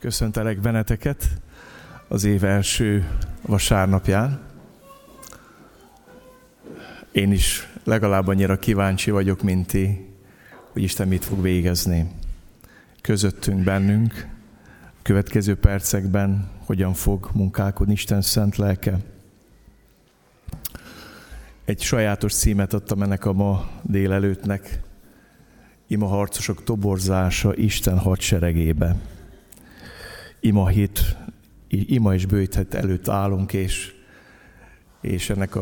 Köszöntelek benneteket az év első vasárnapján. Én is legalább annyira kíváncsi vagyok, mint ti, hogy Isten mit fog végezni közöttünk, bennünk, a következő percekben, hogyan fog munkálkodni Isten szent lelke. Egy sajátos címet adtam ennek a ma délelőttnek, Ima harcosok toborzása Isten hadseregébe. Ima és bőjthet előtt állunk, és ennek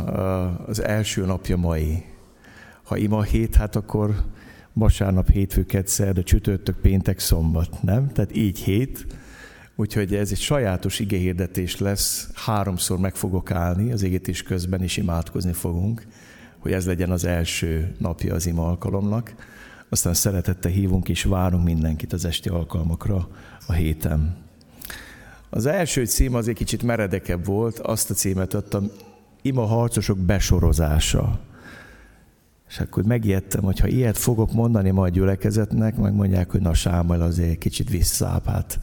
az első napja mai. Ha ima hét, hát akkor vasárnap, hétfő, kedd, szerda, csütörtök, péntek, szombat, nem? Tehát így hét. Úgyhogy ez egy sajátos igehirdetés lesz. 3-szor meg fogok állni az égetés közben, és imádkozni fogunk, hogy ez legyen az első napja az ima alkalomnak. Aztán szeretettel hívunk és várunk mindenkit az esti alkalmakra a héten. Az első cím az egy kicsit meredekebb volt, azt a címet adtam, Ima harcosok besorozása. És akkor megijedtem, hogy ha ilyet fogok mondani majd gyülekezetnek, megmondják, hogy na Sámuel azért kicsit visszább, hát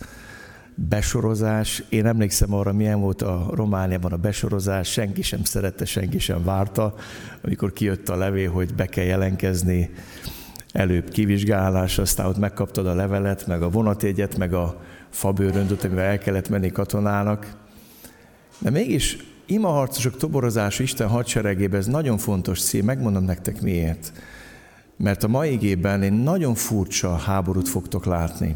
besorozás. Én emlékszem arra, milyen volt a Romániában a besorozás, senki sem szerette, senki sem várta, amikor kijött a levél, hogy be kell jelentkezni, előbb kivizsgálás, aztán ott megkaptad a levelet, meg a vonatjegyet, meg a fabőröndöt, amivel el kellett menni katonának. De mégis imaharcosok toborozása Isten hadseregében, ez nagyon fontos cím, megmondom nektek miért. Mert a mai igében egy nagyon furcsa háborút fogtok látni.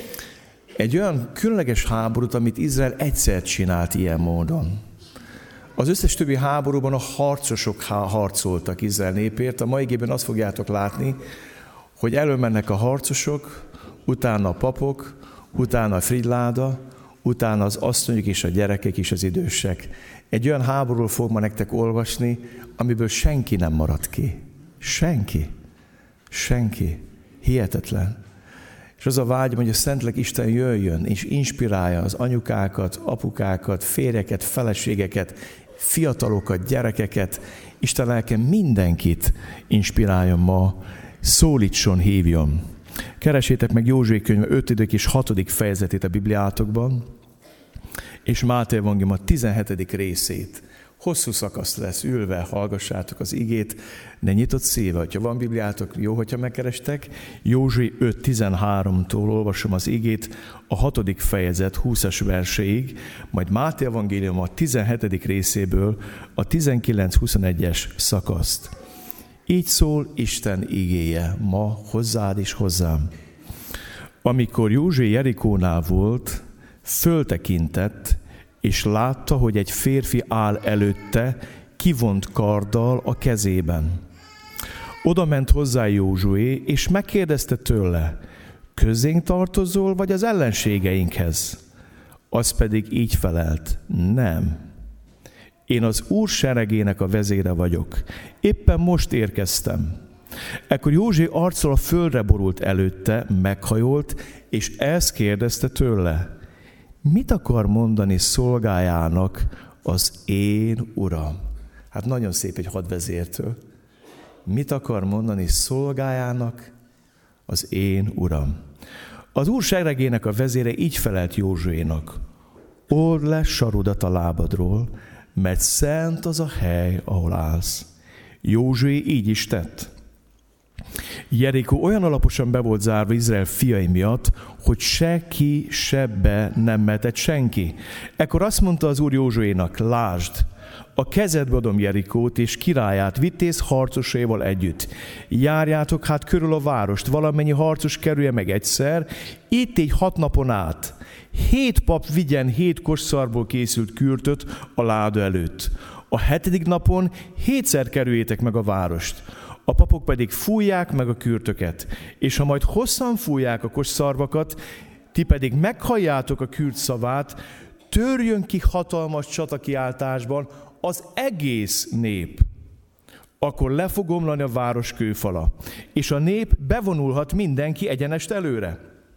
Egy olyan különleges háborút, amit Izrael egyszer csinált ilyen módon. Az összes többi háborúban a harcosok harcoltak Izrael népért, a mai igében azt fogjátok látni, hogy előmennek a harcosok, utána a papok, utána a frigyláda, utána az asszonyok és a gyerekek és az idősek. Egy olyan háborúról fog ma nektek olvasni, amiből senki nem marad ki. Senki. Senki. Hihetetlen. És az a vágyam, hogy a Szentlélek Isten jöjjön, és inspirálja az anyukákat, apukákat, férjeket, feleségeket, fiatalokat, gyerekeket. Isten lelke mindenkit inspiráljon ma, szólítson, hívjon. Keresétek meg Józsué könyve 5. és 6. fejezetét a Bibliátokban, és Máté evangélium a 17. részét. Hosszú szakasz lesz, ülve hallgassátok az igét, de nyitott szíve, hogyha van Bibliátok, jó, hogyha megkerestek. Józsué 5.13-tól olvasom az igét, a 6. fejezet 20-as verseig, majd Máté evangélium a 17. részéből a 19-21-es szakaszt. Így szól Isten igéje ma hozzád és hozzám. Amikor Józsué Jerikónál volt, föltekintett, és látta, hogy egy férfi áll előtte, kivont karddal a kezében. Oda ment hozzá Józsué, és megkérdezte tőle, közénk tartozol, vagy az ellenségeinkhez? Az pedig így felelt, nem. Én az Úr seregének a vezére vagyok. Éppen most érkeztem. Ekkor Józsué arccal a földre borult előtte, meghajolt, és ezt kérdezte tőle. Mit akar mondani szolgájának az én uram? Hát nagyon szép egy hadvezértől. Mit akar mondani szolgájának az én uram? Az Úr seregének a vezére így felelt Józsuénak. Old le sarudat a lábadról, mert szent az a hely, ahol állsz. Józsué így is tett. Jerikó olyan alaposan be volt zárva Izrael fiai miatt, hogy se ki, se be nem mehetett senki. Ekkor azt mondta az Úr Józsuénak, lásd, a kezedbe adom Jerikót és királyát, vitéz harcosaival együtt. Járjátok hát körül a várost, valamennyi harcos kerülje meg egyszer, itt így 6 napon át. 7 pap vigyen 7 kosszarból készült kürtöt a láda előtt. A 7. napon 7-szer kerüljétek meg a várost. A papok pedig fújják meg a kürtöket, és ha majd hosszan fújják a kosszarvakat, ti pedig meghalljátok a kürt szavát, törjön ki hatalmas csatakiáltásban az egész nép. Akkor le fog omlani a város kőfala, és a nép bevonulhat mindenki egyenest előre.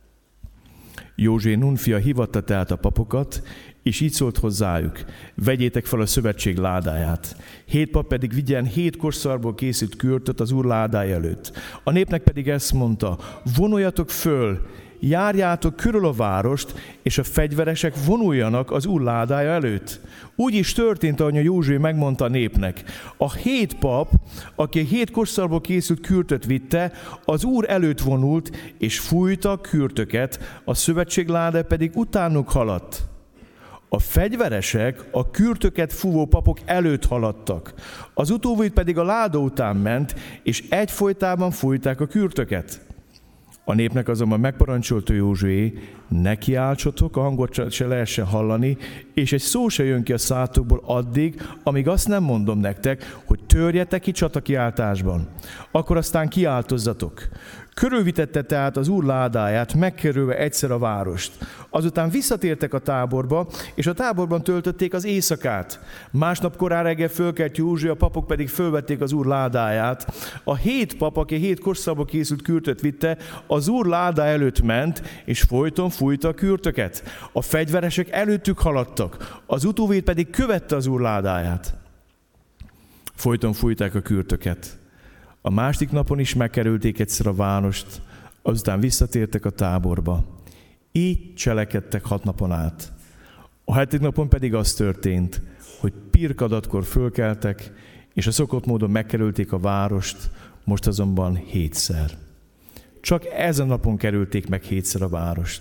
Józsué Nun fia hívatta tehát a papokat, és így szólt hozzájuk, vegyétek fel a szövetség ládáját. 7 pap pedig vigyen 7 kosszarból készült kürtöt az Úr ládája előtt. A népnek pedig ezt mondta, vonuljatok föl, járjátok körül a várost, és a fegyveresek vonuljanak az Úr ládája előtt. Úgy is történt, ahogy a Józsué megmondta a népnek. A 7 pap, aki a 7 korszalból készült kürtöt vitte, az Úr előtt vonult, és fújta a kürtöket, a szövetség ládája pedig utánuk haladt. A fegyveresek a kürtöket fúvó papok előtt haladtak. Az utóbbi pedig a láda után ment, és egyfolytában fújták a kürtöket. A népnek azonban megparancsolta Józsué, ne kiáltsatok, a hangot se lehessen hallani, és egy szó se jön ki a szátokból addig, amíg azt nem mondom nektek, hogy törjetek ki csatakiáltásban. Akkor aztán kiáltozzatok. Körülvitette tehát az Úr ládáját, megkerülve egyszer a várost. Azután visszatértek a táborba, és a táborban töltötték az éjszakát. Másnap korán reggel fölkelt Józsué, a papok pedig fölvették az Úr ládáját. A 7 pap, aki 7 korszalból készült kürtöt vitte, az Úr ládá előtt ment, és folyton fújta a kürtöket. A fegyveresek előttük haladtak, az utóvéd pedig követte az Úr ládáját. Folyton fújták a kürtöket. A másik napon is megkerülték egyszer a várost, azután visszatértek a táborba. Így cselekedtek 6 napon át. A 7. napon pedig az történt, hogy pirkadatkor fölkeltek, és a szokott módon megkerülték a várost, most azonban 7-szer. Csak ezen napon kerülték meg 7-szer a várost.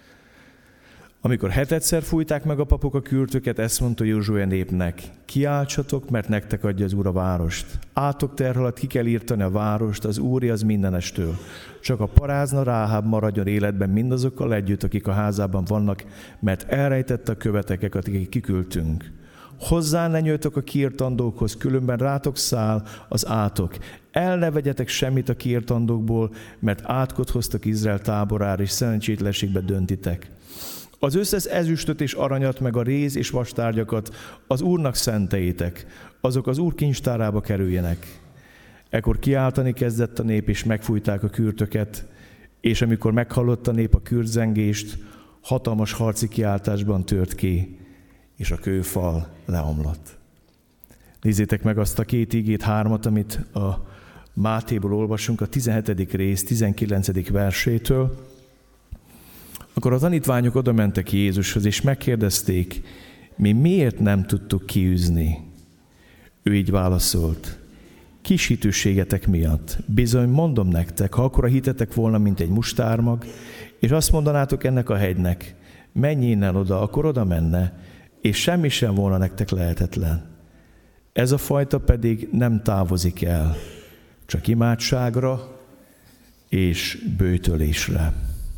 Amikor 7-szer fújták meg a papok a kürtöket, ezt mondta Józsué népnek, kiáltsatok, mert nektek adja az Úr a várost. Átok terh alatt ki kell írtani a várost, az Úré az mindenestől. Csak a parázna Ráháb maradjon életben mindazokkal együtt, akik a házában vannak, mert elrejtette a követeket, akik kiküldtünk. Hozzá ne nyújtok a kiirtandókhoz, különben rátok száll az átok. El ne vegyetek semmit a kiirtandókból, mert átkot hoztak Izrael táborára, és szerencsétlenségbe döntitek. Az összes ezüstöt és aranyat, meg a réz és vastárgyakat az Úrnak szenteljétek, azok az Úr kincstárába kerüljenek. Ekkor kiáltani kezdett a nép, és megfújták a kürtöket, és amikor meghallott a nép a kürtzengést, hatalmas harci kiáltásban tört ki, és a kőfal leomlott. Nézzétek meg azt a 2 igét, 3, amit a Mátéból olvasunk, a 17. rész 19. versétől. Akkor a tanítványok oda mentek Jézushoz, és megkérdezték, mi miért nem tudtuk kiűzni? Ő így válaszolt, kis hitűségetek miatt. Bizony mondom nektek, ha akkora hitetek volna, mint egy mustármag, és azt mondanátok ennek a hegynek, menj innen oda, akkor oda menne, és semmi sem volna nektek lehetetlen. Ez a fajta pedig nem távozik el, csak imádságra és böjtölésre.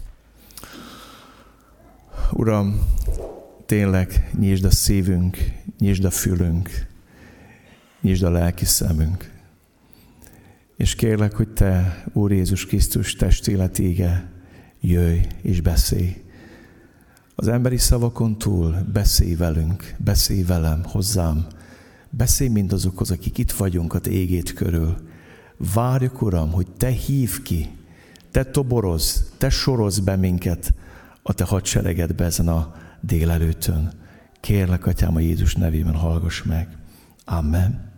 Uram, tényleg nyisd a szívünk, nyisd a fülünk, nyisd a lelki szemünk. És kérlek, hogy Te, Úr Jézus Krisztus testélet ége, jöjj és beszélj. Az emberi szavakon túl beszélj velünk, beszélj velem, hozzám. Beszélj mindazokhoz, akik itt vagyunk a Te égét körül. Várjuk, Uram, hogy Te hívd ki, Te toborozz, Te sorozz be minket a Te hadseregedbe ezen a délelőttön. Kérlek, Atyám, a Jézus nevében hallgass meg. Amen.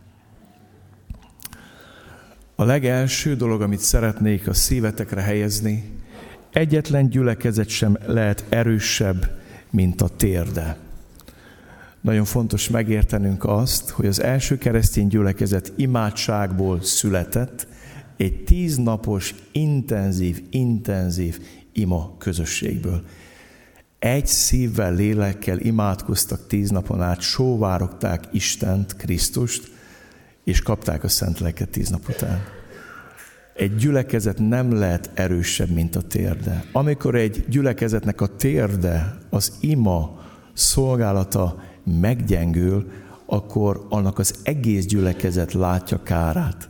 A legelső dolog, amit szeretnék a szívetekre helyezni, egyetlen gyülekezet sem lehet erősebb, mint a térde. Nagyon fontos megértenünk azt, hogy az első keresztény gyülekezet imádságból született, egy 10 napos, intenzív ima közösségből. Egy szívvel, lélekkel imádkoztak 10 napon át, sóvárogták Istent, Krisztust, és kapták a szent lelket 10 nap után. Egy gyülekezet nem lehet erősebb, mint a térde. Amikor egy gyülekezetnek a térde, az ima szolgálata meggyengül, akkor annak az egész gyülekezet látja kárát.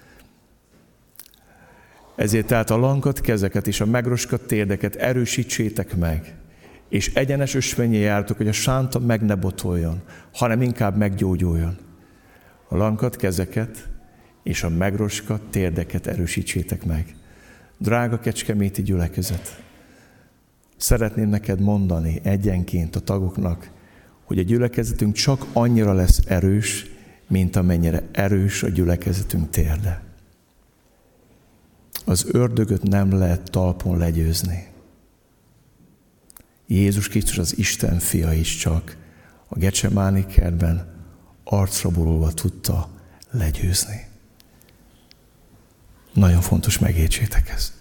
Ezért tehát a lankat kezeket és a megroskat térdeket erősítsétek meg, és egyenes ösvényé jártok, hogy a sánta meg ne botoljon, hanem inkább meggyógyuljon. A lankat kezeket és a megroskat térdeket erősítsétek meg. Drága kecskeméti gyülekezet, szeretném neked mondani egyenként a tagoknak, hogy a gyülekezetünk csak annyira lesz erős, mint amennyire erős a gyülekezetünk térde. Az ördögöt nem lehet talpon legyőzni. Jézus Krisztus, az Isten fia is csak a Gecsemáni kertben arcra borulva tudta legyőzni. Nagyon fontos, megértsétek ezt.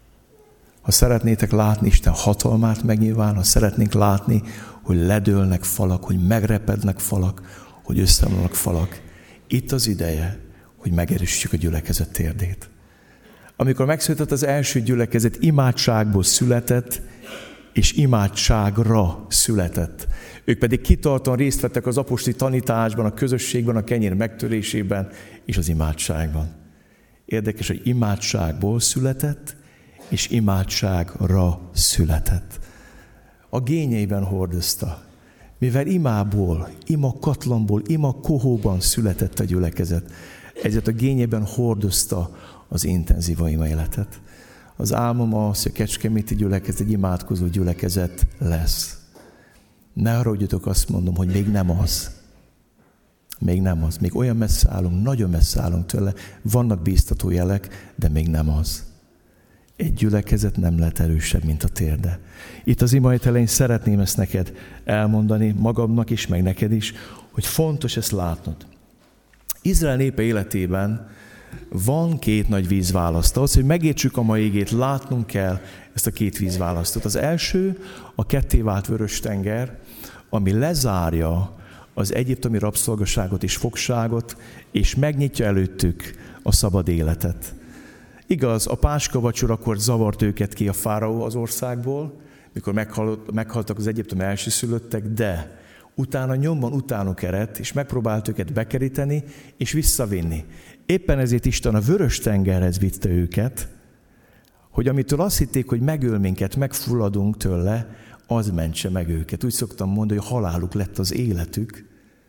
Ha szeretnétek látni Isten hatalmát megnyilván, ha szeretnénk látni, hogy ledőlnek falak, hogy megrepednek falak, hogy összeomlanak falak, itt az ideje, hogy megerősítsük a gyülekezet térdét. Amikor megszületett az első gyülekezet, imádságból született, és imádságra született. Ők pedig kitartóan részt vettek az apostoli tanításban, a közösségben, a kenyér megtörésében és az imádságban. Érdekes, hogy imádságból született, és imádságra született. A gényeiben hordozta. Mivel imából, ima katlanból, ima kohóban született a gyülekezet, ezért a gényében hordozta az intenzív ima életet. Az álmom az, hogy a kecskeméti gyülekezet egy imádkozó gyülekezet lesz. Ne haragudjatok, azt mondom, hogy még nem az. Még nem az. Még olyan messze állunk, nagyon messze állunk tőle. Vannak bíztató jelek, de még nem az. Egy gyülekezet nem lehet erősebb, mint a térde. Itt az ima elején szeretném ezt neked elmondani, magamnak is, meg neked is, hogy fontos ezt látnod. Izrael népe életében van két nagy vízválaszt. Ahhoz, hogy megértsük a mai igét, látnunk kell ezt a két vízválasztot. Az első a kettévált Vörös-tenger, ami lezárja az egyiptomi rabszolgaságot és fogságot, és megnyitja előttük a szabad életet. Igaz, a Páska vacsorakor zavart őket ki a fáraó az országból, mikor meghaltak az egyiptomi elsőszülöttek, de utána nyomban utánuk eredt, és megpróbált őket bekeríteni, és visszavinni. Éppen ezért Isten a Vörös-tengerhez vitte őket, hogy amitől azt hitték, hogy megöl minket, megfulladunk tőle, az mentse meg őket. Úgy szoktam mondani, hogy haláluk lett az életük.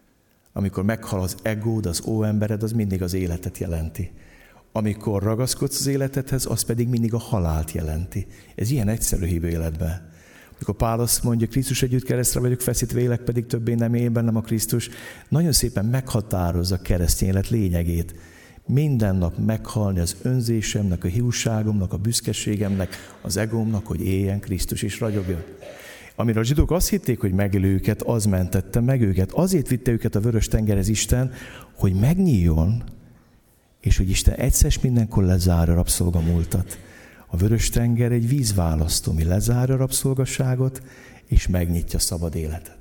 Amikor meghal az egód, az óembered, az mindig az életet jelenti. Amikor ragaszkodsz az életedhez, az pedig mindig a halált jelenti. Ez ilyen egyszerű hívő életben. Amikor Pál azt mondja, Krisztus együtt keresztre vagyok feszítve, élek pedig többé nem én bennem a Krisztus, nagyon szépen meghatározza a keresztény élet lényegét. Minden nap meghalni az önzésemnek, a hiúságomnak, a büszkeségemnek, az egómnak, hogy éljen Krisztus és ragyogjon. Amire a zsidók azt hitték, hogy megöl őket, az mentette meg őket. Azért vitte őket a Vörös-tengerhez Isten, hogy megnyíljon, és hogy Isten egyszer s mindenkor lezárja a rabszolgamúltat. A Vörös-tenger egy vízválasztó, ami lezárja a rabszolgasságot, és megnyitja a szabad életet.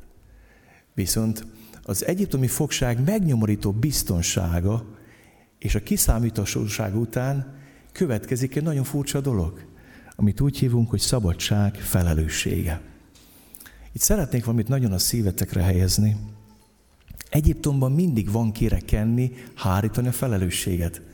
Viszont az egyiptomi fogság megnyomorító biztonsága és a kiszámíthatóság után következik egy nagyon furcsa dolog, amit úgy hívunk, hogy szabadság felelőssége. Itt szeretnék valamit nagyon a szívetekre helyezni. Egyiptomban mindig van kire kenni, hárítani a felelősséget.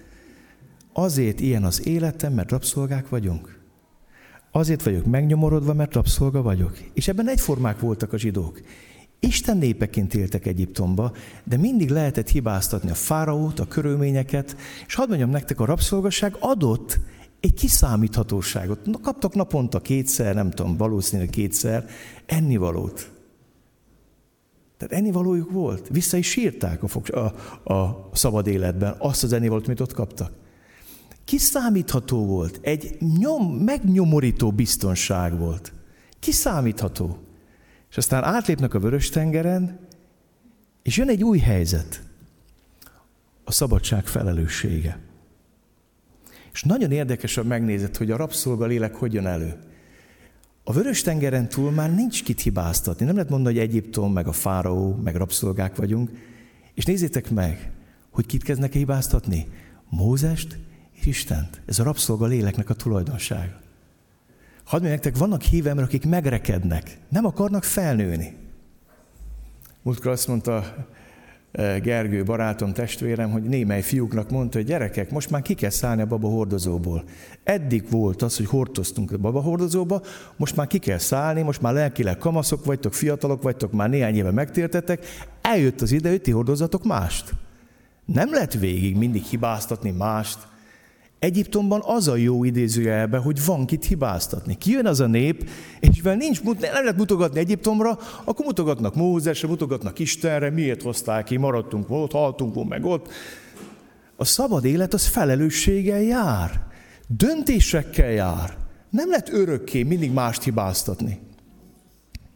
Azért ilyen az életem, mert rabszolgák vagyunk. Azért vagyok megnyomorodva, mert rabszolga vagyok. És ebben egyformák voltak a zsidók. Isten népeként éltek Egyiptomba, de mindig lehetett hibáztatni a fáraót, a körülményeket, és hadd mondjam nektek, a rabszolgaság adott egy kiszámíthatóságot. Kaptak naponta kétszer, nem tudom, valószínűleg kétszer ennivalót. Tehát ennivalójuk volt. Vissza is sírták a szabad életben azt az ennivalót, amit ott kaptak. Kiszámítható volt. Egy megnyomorító biztonság volt. Kiszámítható. És aztán átlépnek a Vörös-tengeren, és jön egy új helyzet. A szabadság felelőssége. És nagyon érdekes, ha megnézed, hogy a rabszolgalélek hogy jön elő. A Vörös-tengeren túl már nincs kit hibáztatni. Nem lehet mondani, hogy Egyiptom, meg a fáraó, meg rabszolgák vagyunk. És nézzétek meg, hogy kit kezdnek hibáztatni? Mózest és Istent. Ez a rabszolgaléleknek a tulajdonsága. Hadd mondjam nektek, vannak hívő emberek, akik megrekednek, nem akarnak felnőni. Múltkor azt mondta Gergő barátom, testvérem, hogy némely fiúknak mondta, hogy gyerekek, most már ki kell szállni a babahordozóból. Eddig volt az, hogy hordoztunk a babahordozóba, most már ki kell szállni, most már lelkileg kamaszok vagytok, fiatalok vagytok, már néhány éve megtértetek, eljött az ide, hogy ti hordozzatok mást. Nem lehet végig mindig hibáztatni mást. Egyiptomban az a jó idézőjelben, hogy van kit hibáztatni. Kijön az a nép, és mivel nem lehet mutogatni Egyiptomra, akkor mutogatnak Mózesre, mutogatnak Istenre, miért hozták ki, maradtunk ott, haltunk meg ott. A szabad élet az felelősséggel jár, döntésekkel jár. Nem lehet örökké mindig mást hibáztatni.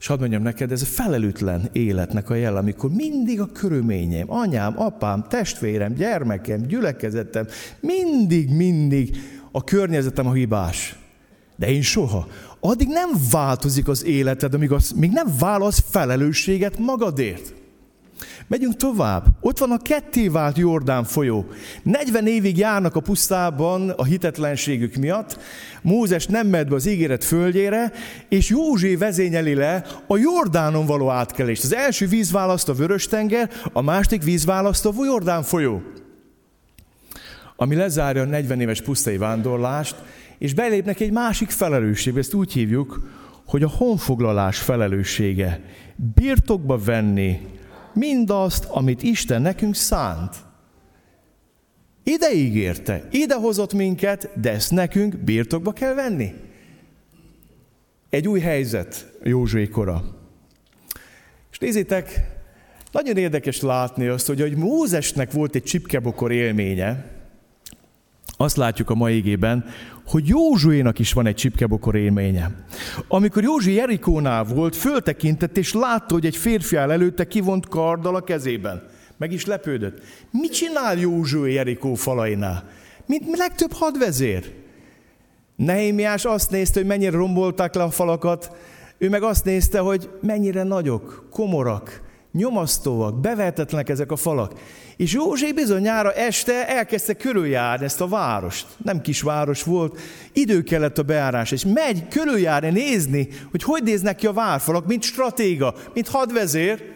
És hadd mondjam neked, ez a felelőtlen életnek a jel, amikor mindig a körülményeim, anyám, apám, testvérem, gyermekem, gyülekezetem, mindig a környezetem a hibás. De én soha. Addig nem változik az életed, még nem válasz felelősséget magadért. Megyünk tovább. Ott van a ketté vált Jordán folyó. 40 évig járnak a pusztában a hitetlenségük miatt. Mózes nem mehet be az ígéret földjére, és Józsué vezényeli le a Jordánon való átkelést. Az első vízválaszt a Vörös-tenger, a második vízválaszt a Jordán folyó. Ami lezárja a 40 éves pusztai vándorlást, és belépnek egy másik felelősségbe. Ezt úgy hívjuk, hogy a honfoglalás felelőssége. Birtokba venni mindazt, amit Isten nekünk szánt. Ide ígérte, ide hozott minket, de ezt nekünk birtokba kell venni. Egy új helyzet Józsué kora. És nézzétek, nagyon érdekes látni azt, hogy Mózesnek volt egy csipkebokor élménye, azt látjuk a mai igében, hogy Józsuénak is van egy csipkebokor élménye. Amikor Józsué Jerikónál volt, föltekintett és látta, hogy egy férfi áll előtte kivont karddal a kezében. Meg is lepődött. Mit csinál Józsué Jerikó falainál? Mint legtöbb hadvezér. Nehémiás azt nézte, hogy mennyire rombolták le a falakat, ő meg azt nézte, hogy mennyire nagyok, komorak, nyomasztóak, bevehetetlenek ezek a falak. És Józsué bizonyára este elkezdte körüljárni ezt a várost. Nem kis város volt, idő kellett a bejárás, és megy körüljárni, nézni, hogy néznek ki a várfalak, mint stratéga, mint hadvezér.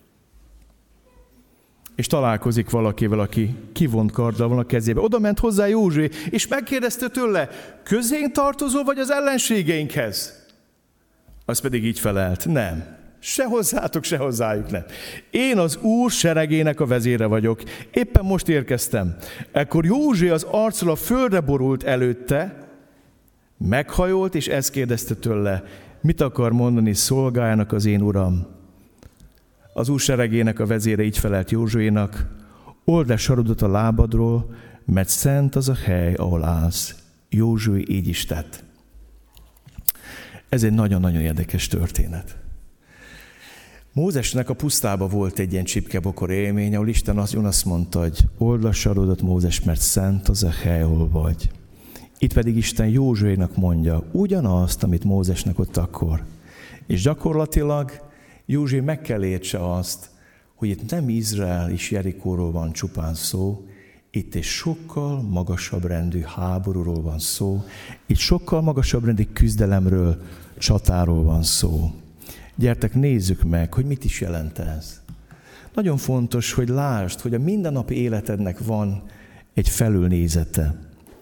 És találkozik valakivel, aki kivont karddal van a kezébe. Oda ment hozzá Józsué, és megkérdezte tőle, közénk tartozó vagy az ellenségeinkhez? Az pedig így felelt, nem. Se hozzátok, se hozzájuk nem. Én az Úr seregének a vezére vagyok. Éppen most érkeztem. Ekkor Józsué az arccal a földre borult előtte, meghajolt, és ezt kérdezte tőle, mit akar mondani szolgájának az én uram? Az Úr seregének a vezére így felelt Józsuénak, old le sarodat a lábadról, mert szent az a hely, ahol állsz. Józsué így is tett. Ez egy nagyon-nagyon érdekes történet. Mózesnek a pusztában volt egy ilyen csipkebokor élmény, ahol Isten azt mondta, hogy old le sarodat, Mózes, mert szent az a hely, ahol vagy. Itt pedig Isten Józsuénak mondja ugyanazt, amit Mózesnek ott akkor. És gyakorlatilag Józsué meg kell értse azt, hogy itt nem Izrael és Jerikóról van csupán szó, itt egy sokkal magasabb rendű háborúról van szó, itt sokkal magasabb rendű küzdelemről, csatáról van szó. Gyertek, nézzük meg, hogy mit is jelent ez. Nagyon fontos, hogy lásd, hogy a mindennapi életednek van egy felülnézete.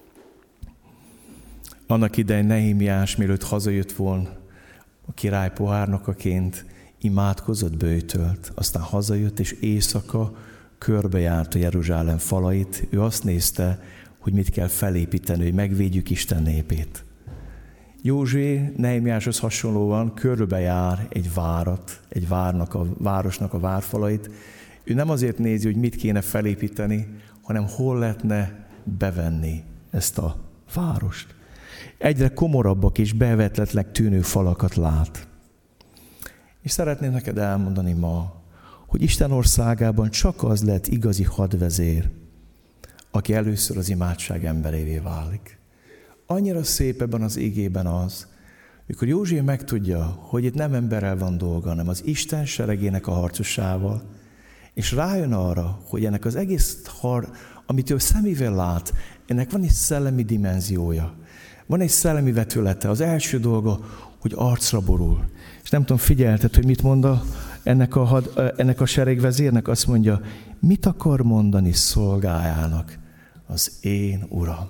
Annak idején Nehémiás, mielőtt hazajött volna, a király pohárnokaként imádkozott, böjtölt, aztán hazajött, és éjszaka körbejárta Jeruzsálem falait. Ő azt nézte, hogy mit kell felépíteni, hogy megvédjük Isten népét. Józsué Nehémiáshoz hasonlóan körbejár egy várat, egy városnak a várfalait. Ő nem azért nézi, hogy mit kéne felépíteni, hanem hol lehetne bevenni ezt a várost. Egyre komorabbak és bevetletlenek tűnő falakat lát. És szeretném neked elmondani ma, hogy Isten országában csak az lett igazi hadvezér, aki először az imádság emberévé válik. Annyira szép ebben az igében az, mikor Józsué megtudja, hogy itt nem emberrel van dolga, hanem az Isten seregének a harcosával, és rájön arra, hogy ennek az egész amit ő szemével lát, ennek van egy szellemi dimenziója, van egy szellemi vetülete. Az első dolga, hogy arcra borul. És nem tudom, figyelted, hogy mit mond ennek a seregvezérnek? Azt mondja, mit akar mondani szolgájának az én uram?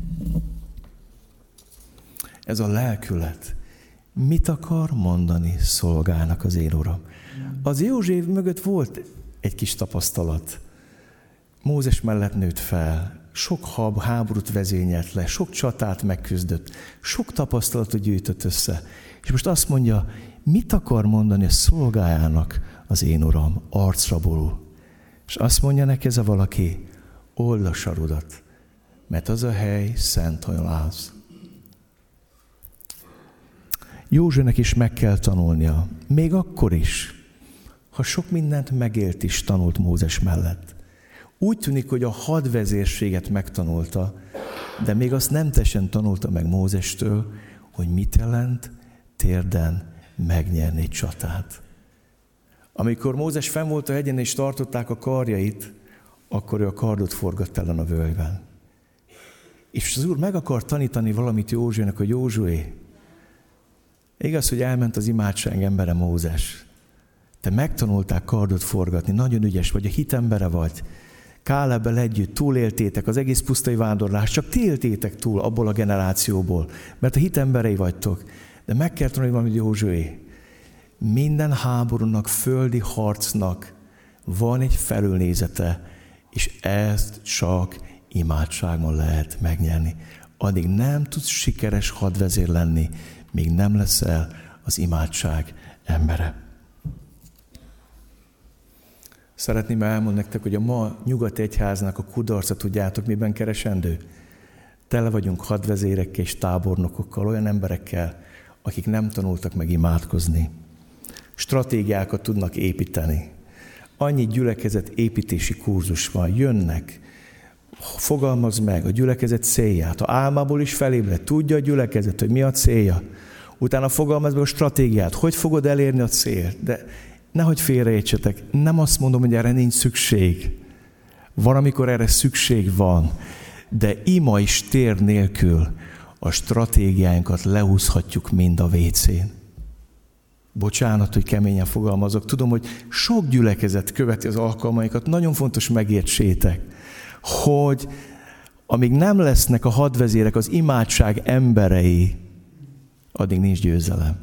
Ez a lelkület. Mit akar mondani szolgának az én uram? Az Józsué mögött volt egy kis tapasztalat. Mózes mellett nőtt fel, sok háborút vezényelt le, sok csatát megküzdött, sok tapasztalatot gyűjtött össze. És most azt mondja, mit akar mondani a szolgájának az én uram? Arcra borul. És azt mondja neki ez a valaki, old a sarodat, mert az a hely szent, ahol állsz. Józsuének is meg kell tanulnia. Még akkor is, ha sok mindent megélt is tanult Mózes mellett. Úgy tűnik, hogy a hadvezérséget megtanulta, de még azt nem teljesen tanulta meg Mózestől, hogy mit jelent térden megnyerni egy csatát. Amikor Mózes fenn volt a hegyen és tartották a karjait, akkor ő a kardot forgatta ellen a völgyben. És az Úr meg akar tanítani valamit Józsuének, hogy Józsué, igaz, hogy elment az imádság embere Mózes. Te megtanultál kardot forgatni, nagyon ügyes vagy, a hitembere vagy. Kálebbel együtt túléltétek az egész pusztai vándorlást, csak ti éltétek túl abból a generációból, mert a hitemberei vagytok. De meg kell tanulni valamit, Józsué. Minden háborúnak, földi harcnak van egy felülnézete, és ezt csak imádságon lehet megnyerni. Addig nem tudsz sikeres hadvezér lenni, míg nem leszel az imádság embere. Szeretném elmondani nektek, hogy a ma nyugati egyháznak a kudarca, tudjátok, miben keresendő? Tele vagyunk hadvezérekkel és tábornokokkal, olyan emberekkel, akik nem tanultak meg imádkozni. Stratégiákat tudnak építeni. Annyi gyülekezet építési kurzus van, jönnek, fogalmaz meg a gyülekezet célját. Ha álmából is felébred, tudja a gyülekezet, hogy mi a célja. Utána fogalmaz meg a stratégiát, hogy fogod elérni a célt. De nehogy félreértsetek, nem azt mondom, hogy erre nincs szükség. Van, amikor erre szükség van, de ima és tér nélkül a stratégiánkat leúszhatjuk mind a WC-n. Bocsánat, hogy keményen fogalmazok. Tudom, hogy sok gyülekezet követi az alkalmaikat. Nagyon fontos megértsétek, hogy amíg nem lesznek a hadvezérek az imádság emberei, addig nincs győzelem.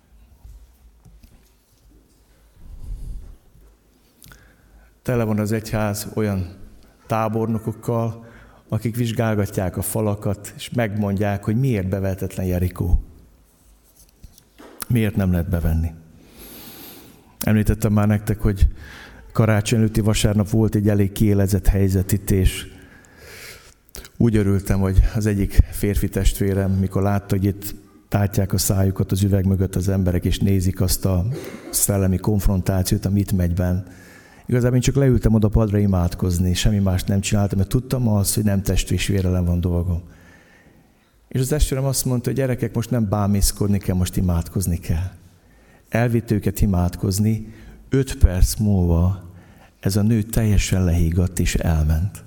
Tele van az egyház olyan tábornokokkal, akik vizsgálgatják a falakat, és megmondják, hogy miért bevehetetlen Jerikó. Miért nem lehet bevenni? Említettem már nektek, hogy karácsony előtti vasárnap volt egy elég kiélezett helyzet itt, és úgy örültem, hogy az egyik férfi testvérem, mikor látta, hogy itt tátják a szájukat az üveg mögött az emberek, és nézik azt a szellemi konfrontációt, ami itt megy benn. Igazából én csak leültem oda padra imádkozni, semmi mást nem csináltam, mert tudtam azt, hogy nem testvérelem van dolgom. És az testvérem azt mondta, hogy gyerekek, most nem bámészkodni kell, most imádkozni kell. Elvitt őket imádkozni, 5 perc múlva ez a nő teljesen lehígadt és elment.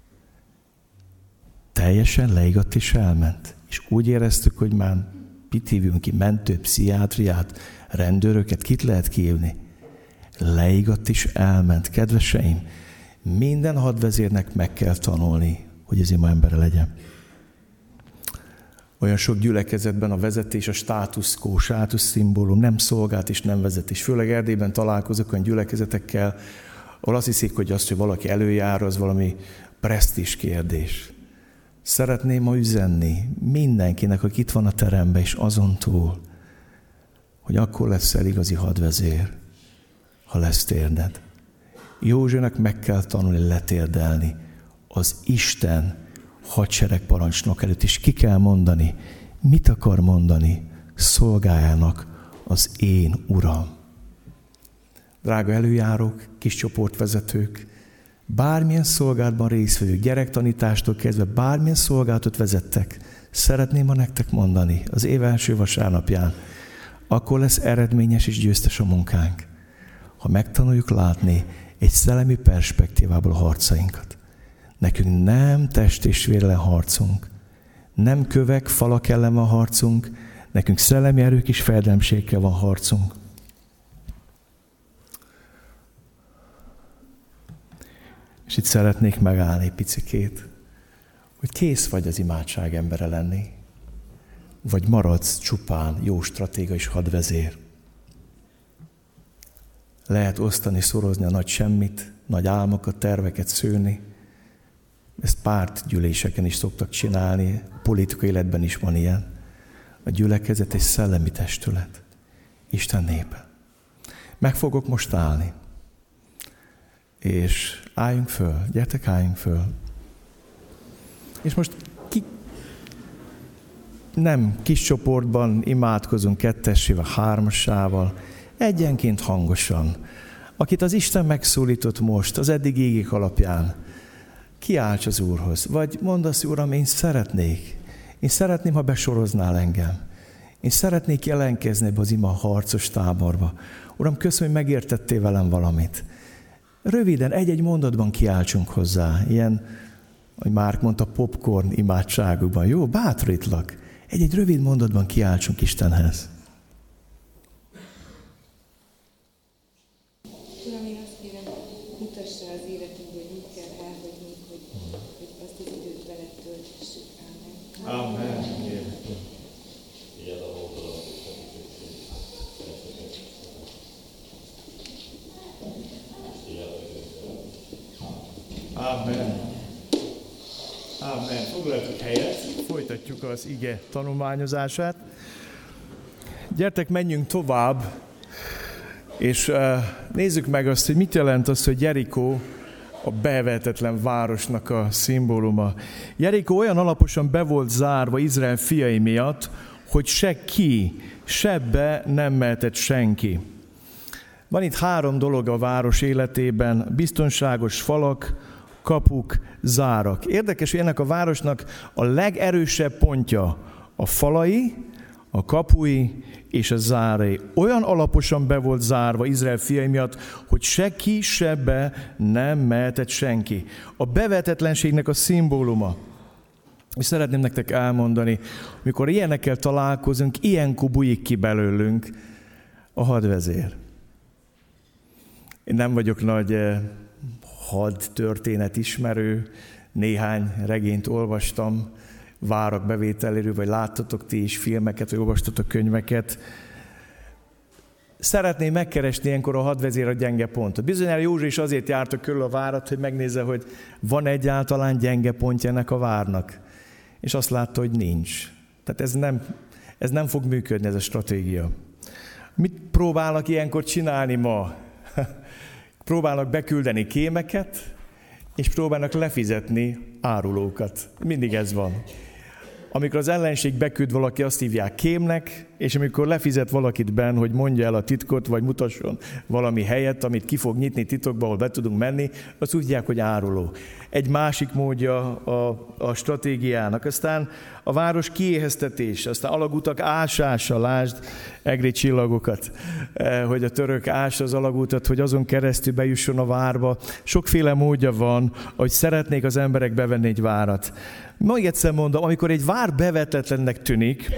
Teljesen lehígadt és elment. És úgy éreztük, hogy már mit hívjunk ki, mentő, pszichiátriát, rendőröket, kit lehet kihívni. Lehígadt és elment. Kedveseim, minden hadvezérnek meg kell tanulni, hogy az ima embere legyen. Olyan sok gyülekezetben a vezetés, a státuszszimbólum, nem szolgált és nem vezetés. Főleg Erdélyben találkozok olyan gyülekezetekkel, ahol azt hiszik, hogy az, hogy valaki előjár, az valami presztízs kérdés. Szeretném ma üzenni mindenkinek, aki itt van a teremben, és azon túl, hogy akkor leszel igazi hadvezér, ha lesz térded. Józsuének meg kell tanulni letérdelni az Isten hadseregparancsnok előtt, és ki kell mondani, mit akar mondani szolgájának az én Uram. Drága előjárók, kis csoportvezetők, bármilyen szolgálatban résztvevők, gyerektanítástól kezdve bármilyen szolgálatot vezettek, szeretném ma nektek mondani az év első vasárnapján, akkor lesz eredményes és győztes a munkánk, ha megtanuljuk látni egy szellemi perspektívából a harcainkat. Nekünk nem test és vér ellen harcunk, nem kövek, falak ellen van harcunk, nekünk szellemi erők és fejedelemségekkel van harcunk. És itt szeretnék megállni egy picikét, hogy kész vagy az imádság embere lenni, vagy maradsz csupán jó stratéga és hadvezér. Lehet osztani, szorozni a nagy semmit, nagy álmokat, terveket szőni. Ezt pártgyűléseken is szoktak csinálni, a politikai életben is van ilyen. A gyülekezet egy szellemi testület, Isten népe. Meg fogok most állni, és álljunk föl, gyertek, álljunk föl. És most nem kis csoportban imádkozunk 2-esével, 3-asával, egyenként hangosan. Akit az Isten megszólított most, az eddig ígék alapján, kiálts az Úrhoz. Vagy mondd azt, Uram, én szeretném, ha besoroznál engem. Én szeretnék jelentkezni ebbe az ima harcos táborba. Uram, köszönöm, hogy megértettél velem valamit. Röviden, egy-egy mondatban kiáltsunk hozzá. Ilyen, hogy Márk mondta, popcorn imádságukban. Jó, bátorítlak. Egy-egy rövid mondatban kiáltsunk Istenhez. Uram, én azt kérem, mutass rá az életünkbe, hogy mit kell elhagynunk, hogy azt az időt veled tölthessük. Ámen. Amen. Amen. Amen. Foglaljatok helyet, folytatjuk az ige tanulmányozását. Gyertek, menjünk tovább, és nézzük meg azt, hogy mit jelent az, hogy Jerikó a bevetetlen városnak a szimbóluma. Jerikó olyan alaposan be volt zárva Izrael fiai miatt, hogy se ki, se be nem mehetett senki. Van itt 3 dolog a város életében: biztonságos falak, kapuk, zárak. Érdekes, hogy ennek a városnak a legerősebb pontja a falai, a kapui és a zárai. Olyan alaposan be volt zárva Izrael fiai miatt, hogy se ki, se be nem mehetett senki. A bevetetlenségnek a szimbóluma. És szeretném nektek elmondani, amikor ilyenekkel találkozunk, ilyenkor bújik ki belőlünk a hadvezér. Én nem vagyok nagy hadtörténet ismerő, néhány regényt olvastam, várak bevételéről, vagy láttatok ti is filmeket, vagy olvastatok könyveket. Szeretném megkeresni ilyenkor a hadvezér a gyenge pontot. Bizonyára József is azért járta körül a várat, hogy megnézze, hogy van egyáltalán gyenge pontja ennek a várnak. És azt látta, hogy nincs. Tehát ez nem fog működni, ez a stratégia. Mit próbálnak ilyenkor csinálni ma? Próbálnak beküldeni kémeket, és próbálnak lefizetni árulókat. Mindig ez van. Amikor az ellenség beküld valaki, azt hívják kémnek, és amikor lefizet valakit benn, hogy mondja el a titkot, vagy mutasson valami helyet, amit ki fog nyitni titokba, ahol be tudunk menni, azt úgy hívják, hogy áruló. Egy másik módja a stratégiának. Aztán a város kiéheztetése, aztán alagutak ásása, lásd egri csillagokat, hogy a török ássa az alagútat, hogy azon keresztül bejusson a várba. Sokféle módja van, hogy szeretnék az emberek bevenni egy várat. Még egyszer mondom, amikor egy vár bevetetlennek tűnik,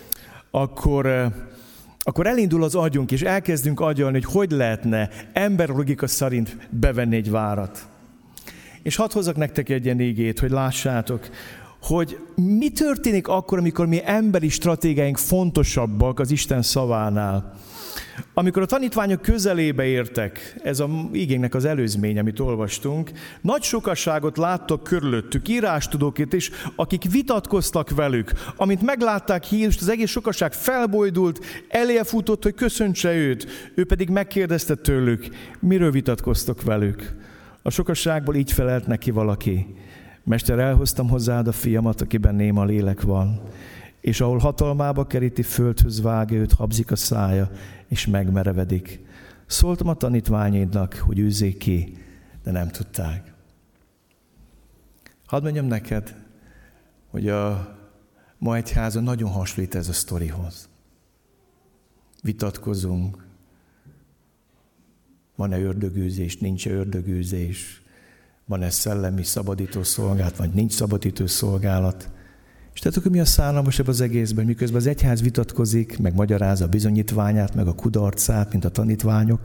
akkor elindul az agyunk, és elkezdünk agyalni, hogy lehetne emberlogika szerint bevenni egy várat. És hadd hozzak nektek egy ilyen igét, hogy lássátok, hogy mi történik akkor, amikor mi emberi stratégiáink fontosabbak az Isten szavánál. Amikor a tanítványok közelébe értek, ez a igének az előzmény, amit olvastunk, nagy sokaságot láttak körülöttük, írástudókét is, akik vitatkoztak velük. Amint meglátták Jézust, az egész sokaság felbojdult, eléje futott, hogy köszöntse őt. Ő pedig megkérdezte tőlük, miről vitatkoztok velük. A sokaságból így felelt neki valaki: Mester, elhoztam hozzád a fiamat, akiben néma lélek van, és ahol hatalmába keríti, földhöz vágja őt, habzik a szája, és megmerevedik. Szóltam a tanítványaidnak, hogy űzzék ki, de nem tudták. Hadd mondjam neked, hogy a ma egyházon nagyon hasonlít ez a sztorihoz. Vitatkozunk. Van-e ördögűzés, nincs-e ördögűzés? Van-e szellemi szabadító szolgálat, vagy nincs szabadító szolgálat? És tudjátok, hogy mi a szánalmasabb az egészben, miközben az egyház vitatkozik, meg magyarázza a bizonyítványát, meg a kudarcát, mint a tanítványok.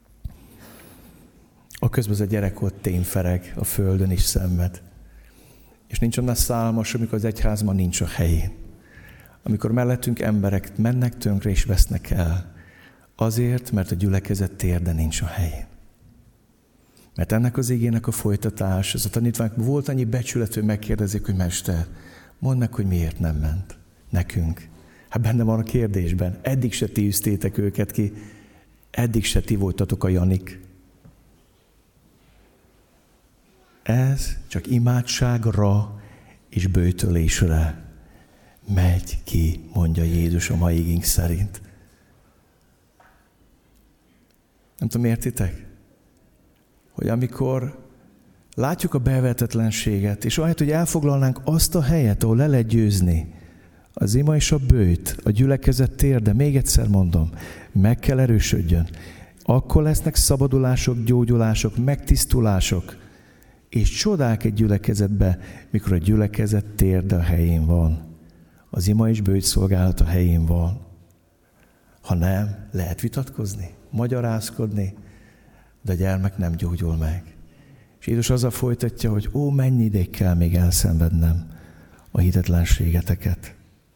Aközben az a gyerek ott tényfereg, a földön is szenved. És nincs annál szánalmasabb, amikor az egyházban nincs a helyén. Amikor mellettünk emberek mennek tönkre és vesznek el. Azért, mert a gyülekezet térde nincs a helyén. Mert ennek az igének a folytatás, ez a tanítványok volt annyi becsület, hogy megkérdezik, hogy Mester, mondd meg, hogy miért nem ment nekünk. Hát benne van a kérdésben. Eddig se ti üztétek őket ki, eddig se ti voltatok a Janik. Ez csak imádságra és böjtölésre. megy ki, mondja Jézus a mai igénk szerint. Nem tudom, értitek? Hogy amikor látjuk a bevetetlenséget, és ahelyett, hogy elfoglalnánk azt a helyet, ahol le lehet győzni az ima és a bőjt, a gyülekezet térde, még egyszer mondom, meg kell erősödjön. Akkor lesznek szabadulások, gyógyulások, megtisztulások, és csodák egy gyülekezetbe, mikor a gyülekezet térde a helyén van. Az ima és bőjt szolgálat a helyén van. Ha nem, lehet vitatkozni, magyarázkodni, de a gyermek nem gyógyul meg. És Jézus azzal folytatja, hogy mennyi ideig kell még elszenvednem a hitetlenségeteket.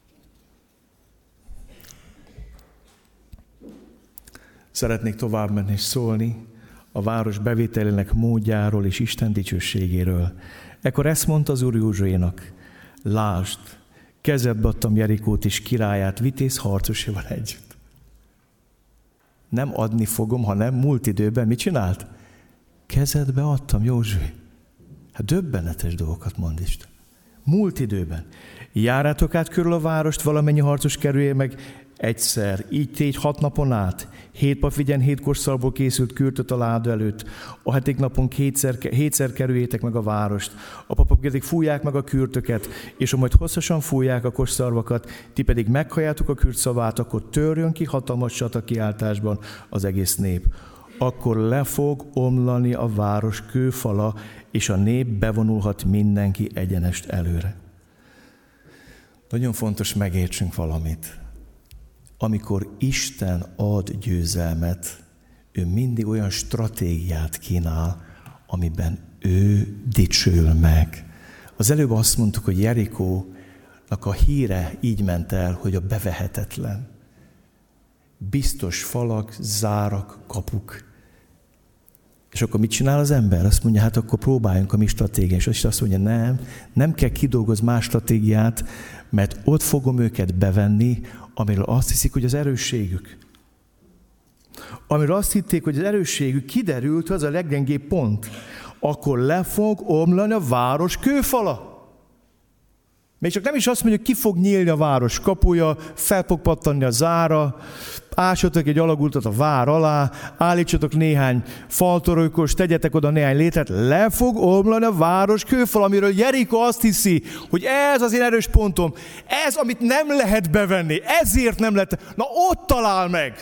Szeretnék tovább menni és szólni a város bevételének módjáról és Isten dicsőségéről. Ekkor ezt mondta az Úr Józsuénak: lásd, kezedbe adtam Jerikót és királyát vitéz harcosával együtt. Nem adni fogom, hanem múlt időben mit csinált? Kezedbe adtam, Józsué. Hát döbbenetes dolgokat mond Isten. Múlt időben. Járjátok át körül a várost, valamennyi harcos kerülje meg egyszer, így tégy 6 napon át. 7 pap vigyen 7 korszalból készült kürtöt a láda előtt. A 7. napon hétszer kerüljétek meg a várost. A papok pedig fújják meg a kürtöket, és majd hosszasan fújják a korszarvakat, ti pedig meghalljátok a kürt szavát, akkor törjön ki hatalmas csatakiáltásban az egész nép. Akkor le fog omlani a város kőfala, és a nép bevonulhat mindenki egyenest előre. Nagyon fontos megértsünk valamit. Amikor Isten ad győzelmet, ő mindig olyan stratégiát kínál, amiben ő dicsőül meg. Az előbb azt mondtuk, hogy Jerikónak a híre így ment el, hogy a bevehetetlen. Biztos falak, zárak, kapuk. És akkor mit csinál az ember? Azt mondja, hát akkor próbáljunk a mi stratégiát. És azt mondja, nem kell kidolgozni más stratégiát, mert ott fogom őket bevenni, amiről azt hiszik, hogy az erősségük. Amiről azt hitték, hogy az erősségük kiderült, az a leggyengébb pont. Akkor le fog omlani a város kőfala. Még csak nem is azt mondja, ki fog nyílni a város kapuja, fel fog pattanni a zára, ássatok egy alagútat a vár alá, állítsatok néhány faltorojkost, tegyetek oda néhány létret, le fog omlani a város kőfal, amiről Jerikó azt hiszi, hogy ez az én erős pontom, ez, amit nem lehet bevenni, ezért nem lehet, na ott talál meg.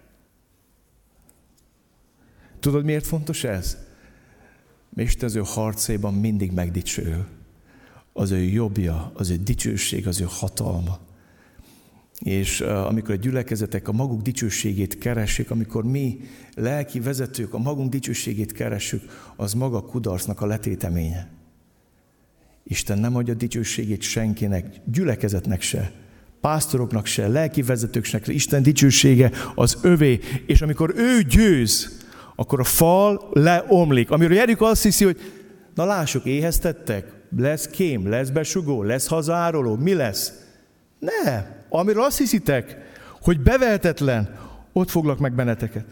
Tudod, miért fontos ez? Mert Isten az ő harcaiban mindig megdicsőül. Az ő jobbja, az ő dicsőség, az ő hatalma. És amikor a gyülekezetek a maguk dicsőségét keresik, amikor mi lelki vezetők a magunk dicsőségét keressük, az maga kudarcnak a letéteménye. Isten nem adja dicsőségét senkinek, gyülekezetnek se, pásztoroknak se, lelki vezetőknek se. Isten dicsősége az övé, és amikor ő győz, akkor a fal leomlik. Amiről Jerikó azt hiszi, hogy na lássuk, éheztettek, lesz kém, lesz besugó, lesz hazároló, mi lesz? Ne, amiről azt hiszitek, hogy bevehetetlen, ott foglak meg benneteket.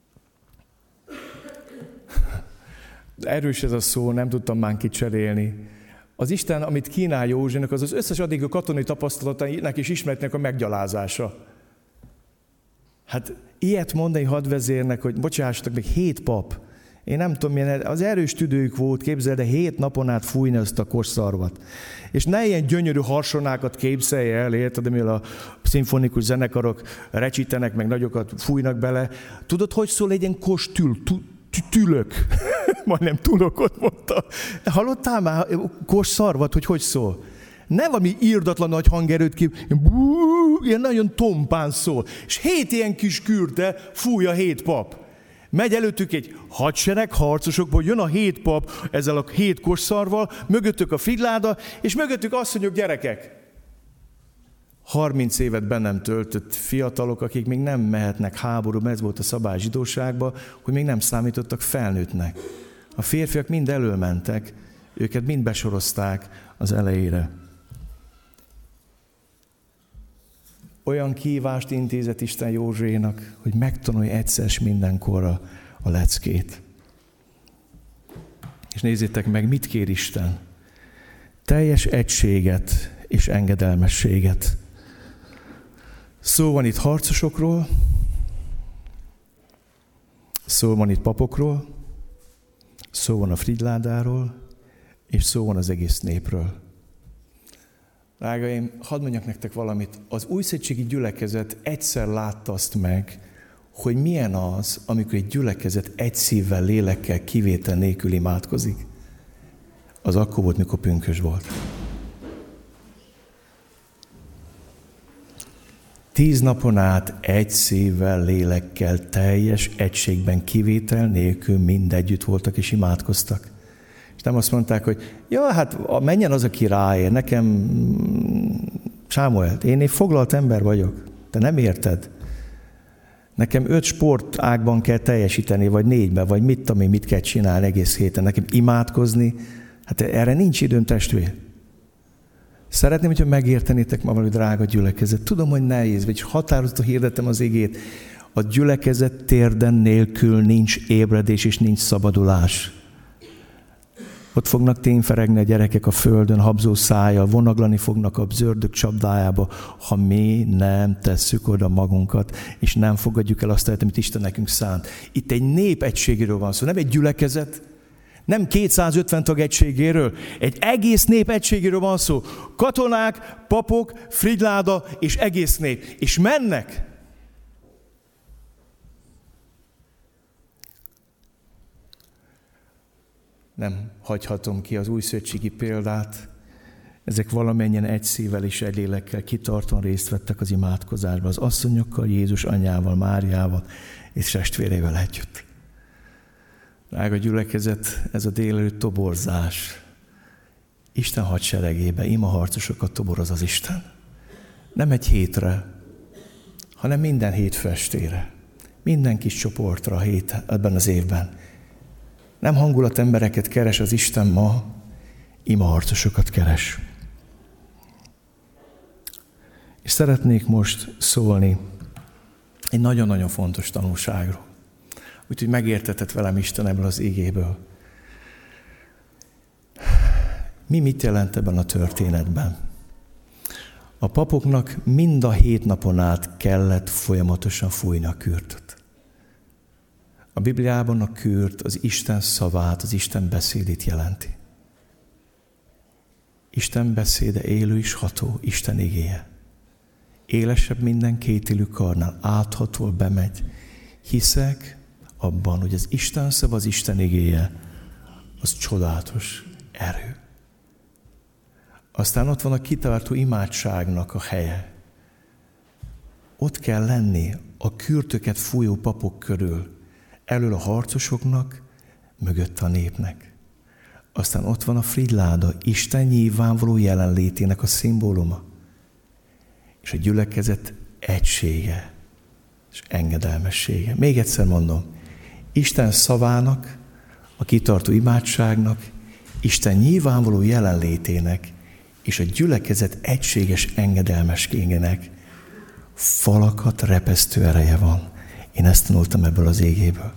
Erős ez a szó, nem tudtam már kicserélni. Az Isten, amit kínál Józsuénak, az összes addig a katonai tapasztalatainak és ismeretnek a meggyalázása. Hát ilyet mondani hadvezérnek, hogy bocsássatok, még 7 pap. Én nem tudom, milyen, az erős tüdőjük volt, képzeld, de 7 napon át fújni azt a korszarvat. És ne ilyen gyönyörű harsonákat képzelj el, érted, mivel a szimfonikus zenekarok recsítenek, meg nagyokat fújnak bele. Tudod, hogy szól egy ilyen tülök? Majdnem tulokot mondta. Hallottál már korszarvat, hogy szól? Nem valami irdatlan nagy hangerőt ilyen nagyon tompán szól. És 7 ilyen kis kürte fúj a 7 pap. Megy előttük egy hadsereg harcosokból, jön a 7 pap ezzel a 7 korszarval, mögöttük a figláda, és mögöttük azt mondjuk, gyerekek, 30 évet bennem töltött fiatalok, akik még nem mehetnek háborúba, ez volt a szabály zsidóságban, hogy még nem számítottak felnőttnek. A férfiak mind elölmentek, őket mind besorozták az elejére. Olyan kívást intézett Isten Józsuénak, hogy megtanulja egyszer s mindenkorra a leckét. És nézzétek meg, mit kér Isten. Teljes egységet, és engedelmességet. Szó van itt harcosokról, szó van itt papokról, szó van a Frigyládáról, és szó van az egész népről. Drágaim, hadd mondjak nektek valamit. Az újszövetségi gyülekezet egyszer látta azt meg, hogy milyen az, amikor egy gyülekezet egy szívvel, lélekkel, kivétel nélkül imádkozik. Az akkor volt, mikor pünkösd volt. 10 napon át egy szívvel, lélekkel, teljes egységben, kivétel nélkül mind együtt voltak és imádkoztak. És nem azt mondták, hogy ja, hát menjen az, aki ráér. Nekem, Sámuel, én egy foglalt ember vagyok. Te nem érted. Nekem 5 sportágban kell teljesíteni, vagy 4-ben, vagy mit tudom én, mit kell csinálni egész héten. Nekem imádkozni, hát erre nincs időm, testvér. Szeretném, hogyha megértenétek ma valami drága gyülekezet. Tudom, hogy nehéz, vagy határozottan hirdetem az igét. A gyülekezet térden nélkül nincs ébredés és nincs szabadulás. Ott fognak tényferegni a gyerekek a földön, habzó szájjal, vonaglani fognak a zördök csapdájába, ha mi nem tesszük oda magunkat, és nem fogadjuk el azt, amit Isten nekünk szánt. Itt egy nép egységéről van szó, nem egy gyülekezet, nem 250 tag egységéről, egy egész nép egységéről van szó. Katonák, papok, Frigyláda és egész nép. És mennek. Nem hagyhatom ki az újszövetségi példát. Ezek valamennyien egy szívvel és egy lélekkel kitartóan részt vettek az imádkozásban, az asszonyokkal, Jézus anyjával, Máriával és testvérével együtt. Drága gyülekezet, ez a délelőtt toborzás. Isten hadseregébe imaharcosokat toboroz az Isten. Nem egy hétre, hanem minden hétfő estére. Minden kis csoportra ebben az évben. Nem hangulatembereket keres az Isten ma, imaharcosokat keres. És szeretnék most szólni egy nagyon-nagyon fontos tanulságról. Úgyhogy megértetett velem Isten ebből az igéből. Mit jelent ebben a történetben? A papoknak mind a 7 napon át kellett folyamatosan fújni a kürtöt. A Bibliában a kürt az Isten szavát, az Isten beszédét jelenti. Isten beszéde élő és ható, Isten igéje. Élesebb minden kétélű karnál, áthatol bemegy. Hiszek abban, hogy az Isten szava, az Isten igéje, az csodálatos erő. Aztán ott van a kitartó imádságnak a helye. Ott kell lenni a kürtöket fújó papok körül, elől a harcosoknak, mögött a népnek. Aztán ott van a Frigyláda, Isten nyilvánvaló jelenlétének a szimbóluma. És a gyülekezet egysége és engedelmessége. Még egyszer mondom, Isten szavának, a kitartó imádságnak, Isten nyilvánvaló jelenlétének és a gyülekezet egységes engedelmességének falakat repesztő ereje van. Én ezt tanultam ebből az égéből.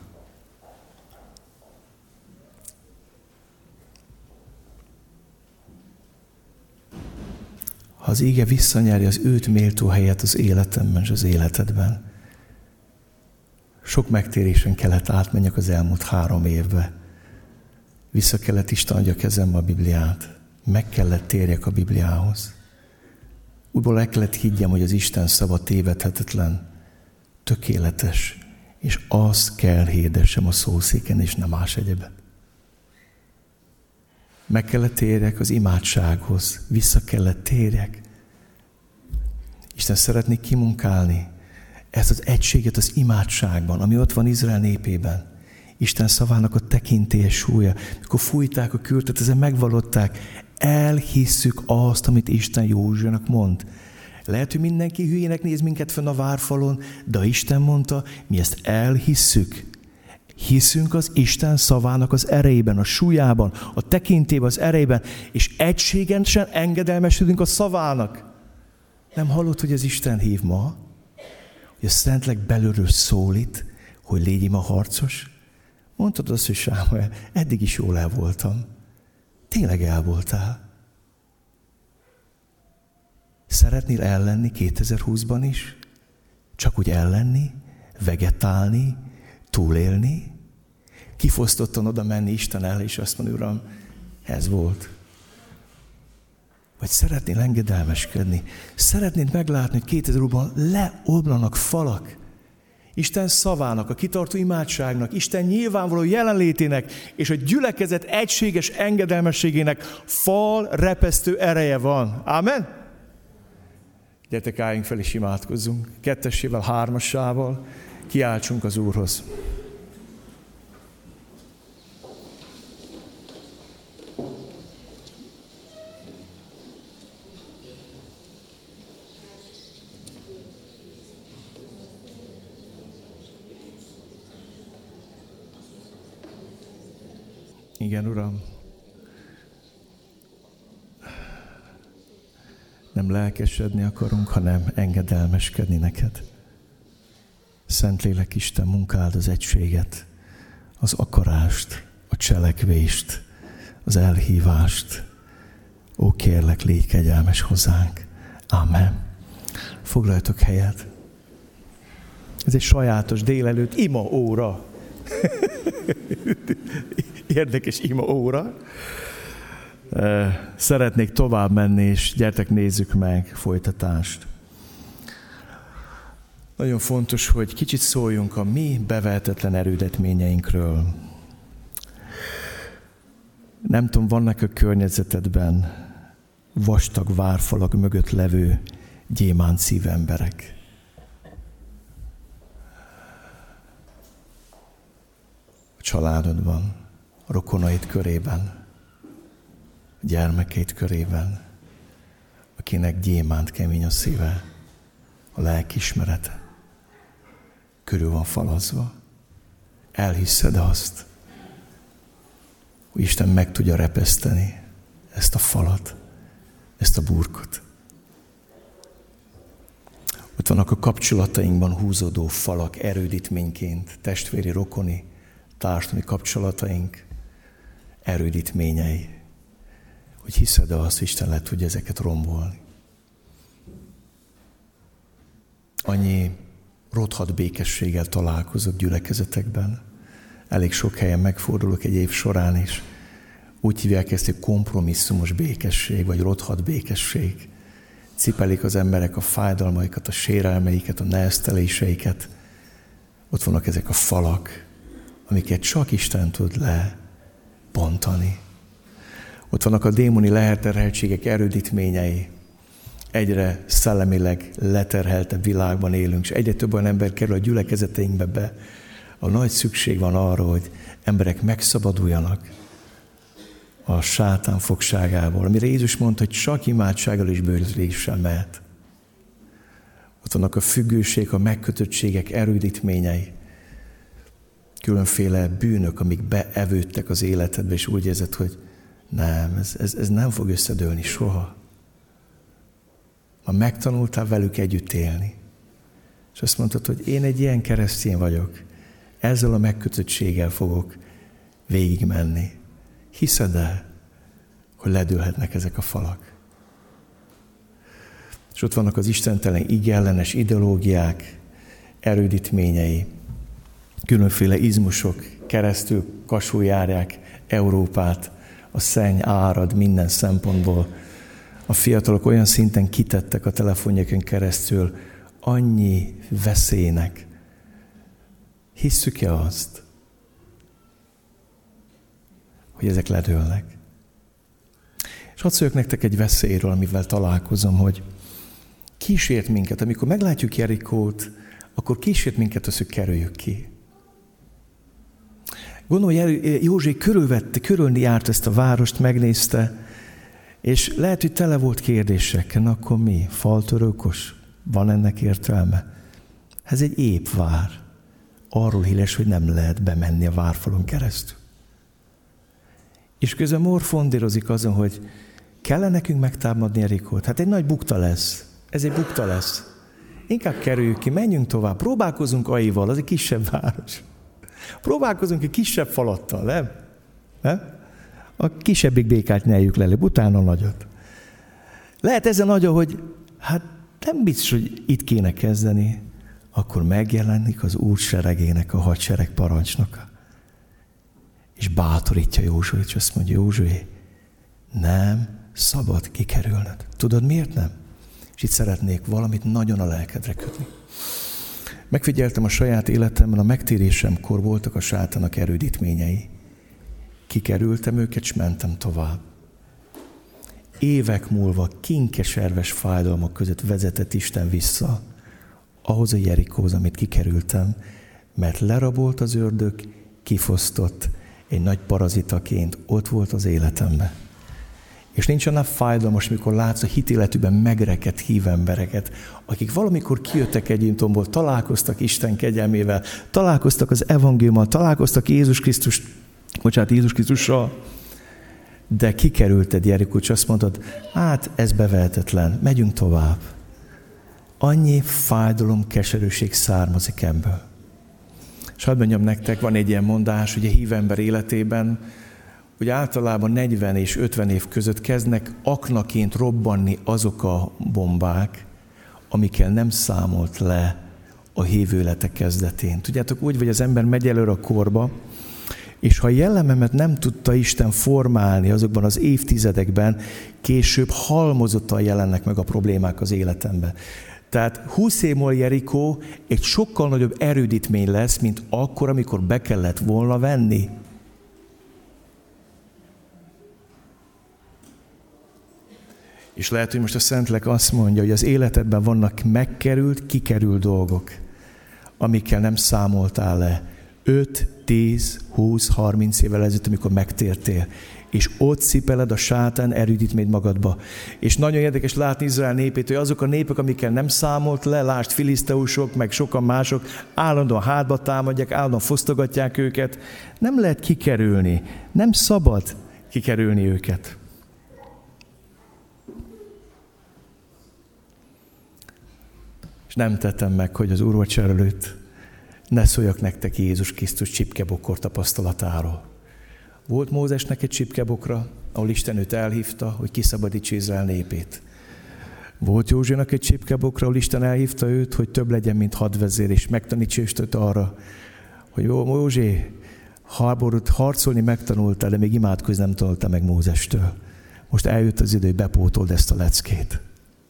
Ha az ége visszanyeri az őt méltó helyet az életemben és az életedben, sok megtérésen kellett átmenjek az elmúlt 3 évbe. Vissza kellett Isten adja kezembe a Bibliát. Meg kellett térjek a Bibliához. Úgyból el kellett higgyem, hogy az Isten szava tévedhetetlen, tökéletes, és azt kell hirdessem a szószéken, és nem más egyebet. Meg kellett térjek az imádsághoz, vissza kellett térjek. Isten szeretné kimunkálni ezt az egységet az imádságban, ami ott van Izrael népében. Isten szavának a tekintélye súlya. Mikor fújták a kürtöt, ezen megvallották, elhisszük azt, amit Isten Józsuának mond. Lehet, hogy mindenki hülyének néz minket fenn a várfalon, de Isten mondta, mi ezt elhisszük. Hiszünk az Isten szavának az erejében, a súlyában, a tekintélyben, az erejében, és egységesen engedelmeskedünk a szavának. Nem hallod, hogy az Isten hív ma? Hogy a Szentlélek belülről szólít, hogy légy ima harcos? Mondtad azt, hogy Sámuel, eddig is jól el voltam. Tényleg el voltál. Szeretnél ellenni 2020-ban is? Csak úgy ellenni? Vegetálni? Túlélni? Kifosztottan oda menni Isten el, és azt mondani, Uram, ez volt. Vagy szeretnél engedelmeskedni? Szeretnéd meglátni, hogy 2020-ban leomlanak falak? Isten szavának, a kitartó imádságnak, Isten nyilvánvaló jelenlétének és a gyülekezet egységes engedelmességének fal repesztő ereje van. Ámen? Gyertek, álljunk fel és imádkozzunk. 2-esével, 3-assával kiáltsunk az Úrhoz. Igen, Uram. Nem lelkesedni akarunk, hanem engedelmeskedni neked. Szentlélek Isten, munkáld az egységet, az akarást, a cselekvést, az elhívást. Ó, kérlek, légy kegyelmes hozzánk. Amen. Foglaljatok helyet. Ez egy sajátos délelőtt ima óra. Érdekes ima óra. Szeretnék tovább menni, és gyertek, nézzük meg folytatást. Nagyon fontos, hogy kicsit szóljunk a mi bevehetetlen erődetményeinkről. Nem tudom, vannak a környezetedben vastag várfalak mögött levő gyémánt szívű emberek. A családodban, a rokonaid körében, a gyermekeid körében, akinek gyémánt kemény a szíve, a lelkiismerete, körül van falazva. Elhiszed azt, hogy Isten meg tudja repeszteni ezt a falat, ezt a burkot. Ott vannak a kapcsolatainkban húzódó falak erődítményként, testvéri, rokoni, társadalmi kapcsolataink erődítményei. Hogy hiszed-e azt, hogy Isten le tudja ezeket rombolni. Annyi rothadt békességgel találkozok gyülekezetekben. Elég sok helyen megfordulok egy év során is. Úgy hívják ezt, hogy kompromisszumos békesség, vagy rothadt békesség. Cipelik az emberek a fájdalmaikat, a sérelmeiket, a nehezteléseiket. Ott vannak ezek a falak, amiket csak Isten tud lebontani. Ott vannak a démoni leterheltségek erődítményei. Egyre szellemileg leterheltebb világban élünk, és egyre több olyan ember kerül a gyülekezeteinkbe be. A nagy szükség van arra, hogy emberek megszabaduljanak a sátán fogságából, amire Jézus mondta, hogy csak imádsággal és bőzléssel mehet. Ott vannak a függőség, a megkötöttségek erődítményei. Különféle bűnök, amik beevődtek az életedbe, és úgy érzed, hogy nem, ez nem fog összedőlni soha. Ma megtanultál velük együtt élni. És azt mondtad, hogy én egy ilyen keresztény vagyok. Ezzel a megkötöttséggel fogok végigmenni. Hiszed-e, hogy ledőlhetnek ezek a falak? És ott vannak az istentelen igellenes ideológiák, erődítményei, különféle izmusok keresztül kasuljárják Európát, a szenny árad minden szempontból. A fiatalok olyan szinten kitettek a telefonjukon keresztül annyi veszélynek. Hisszük-e azt, hogy ezek ledőlnek? És hadd szóljak nektek egy veszélyről, amivel találkozom, hogy kísért minket, amikor meglátjuk Jerikót, akkor kísért minket az, hogy kerüljük ki. Gondolom, hogy József körüljárt ezt a várost, megnézte, és lehet, hogy tele volt kérdésekkel, akkor mi? Faltörőkos? Van ennek értelme? Ez egy ép vár. Arról híres, hogy nem lehet bemenni a várfalon keresztül. És közben morfondírozik azon, hogy kell nekünk megtámadni Jerikót? Hát egy nagy bukta lesz. Ez egy bukta lesz. Inkább kerüljük ki, menjünk tovább. Próbálkozunk Aival, az egy kisebb város. Próbálkozunk egy kisebb falattal, nem? A kisebbik békát nyeljük le, utána nagyot. Lehet ezen nagy, hogy hát nem biztos, hogy itt kéne kezdeni, akkor megjelenik az Úr seregének, a hadsereg parancsnoka. És bátorítja Józsuét, és azt mondja, Józsué, nem szabad kikerülned. Tudod, miért nem? És itt szeretnék valamit nagyon a lelkedre kötni. Megfigyeltem a saját életemben, a megtérésemkor voltak a sátának erődítményei. Kikerültem őket, és mentem tovább. Évek múlva kinkeserves fájdalmak között vezetett Isten vissza ahhoz a Jerikóhoz, amit kikerültem, mert lerabolt az ördög, kifosztott, egy nagy parazitaként ott volt az életemben. És nincs annál fájdalmas, mikor látsz a hitéletükben megrekedt hívembereket, akik valamikor kijöttek Egyiptomból, találkoztak Isten kegyelmével, találkoztak az evangéliummal, találkoztak Jézus Krisztussal, de kikerülted Jerikót, és azt mondod, hát ez bevehetetlen, megyünk tovább. Annyi fájdalom, keserűség származik ebből. És hadd mondjam nektek, van egy ilyen mondás, hogy a hívember életében, hogy általában 40 és 50 év között kezdnek aknaként robbanni azok a bombák, amikkel nem számolt le a hívő élete kezdetén. Tudjátok, úgy, hogy az ember megy előre a korba, és ha a jellememet nem tudta Isten formálni azokban az évtizedekben, később halmozottan jelennek meg a problémák az életemben. Tehát 20 év múlva Jerikó egy sokkal nagyobb erődítmény lesz, mint akkor, amikor be kellett volna venni. És lehet, hogy most a Szentlélek azt mondja, hogy az életedben vannak megkerült, kikerült dolgok, amikkel nem számoltál le 5, 10, 20, 30 évvel ezelőtt, amikor megtértél. És ott cipeled a sátán erődítményt magadba. És nagyon érdekes látni Izrael népét, hogy azok a népek, amikkel nem számolt le, lásd filiszteusok, meg sokan mások, állandóan hátba támadják, állandóan fosztogatják őket. Nem lehet kikerülni, nem szabad kikerülni őket. És nem tettem meg, hogy az úrvacsora előtt ne szóljak nektek Jézus Krisztus csipkebokor tapasztalatáról. Volt Mózesnek egy csipkebokra, ahol Isten őt elhívta, hogy kiszabadítsa Izrael népét. Volt Józsuénak egy csipkebokra, ahol Isten elhívta őt, hogy több legyen, mint hadvezér, és megtanítsa őt arra, hogy Józsué, háborút harcolni megtanultál, de még imádkozni nem tanultál meg Mózestől. Most eljött az idő, hogy bepótold ezt a leckét.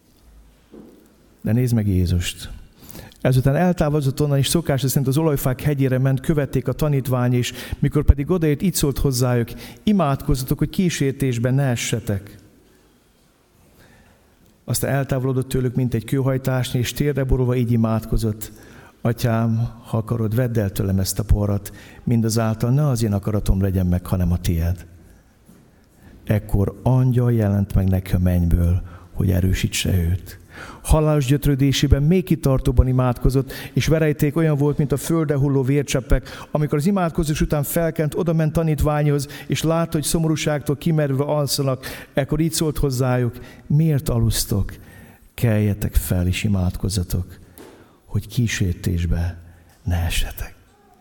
De nézd meg Jézust. Ezután eltávozott onnan, és szokása szerint az olajfák hegyére ment, követték a tanítvány, és mikor pedig odaért, így szólt hozzájuk, imádkozzatok, hogy kísértésben ne essetek. Aztán eltávolodott tőlük, mint egy kőhajtásnyi, és térre borulva így imádkozott. Atyám, ha akarod, vedd el tőlem ezt a poharat, mindazáltal ne az én akaratom legyen meg, hanem a tied. Ekkor angyal jelent meg neki a mennyből, hogy erősítse őt. Halálos gyötrődésében még kitartóban imádkozott, és verejték olyan volt, mint a földre hulló vércseppek. Amikor az imádkozás után felkent, oda ment tanítványhoz, és látta, hogy szomorúságtól kimerülve alszanak, ekkor így szólt hozzájuk, miért alusztok? Keljetek fel és imádkozzatok, hogy kísértésbe ne essetek.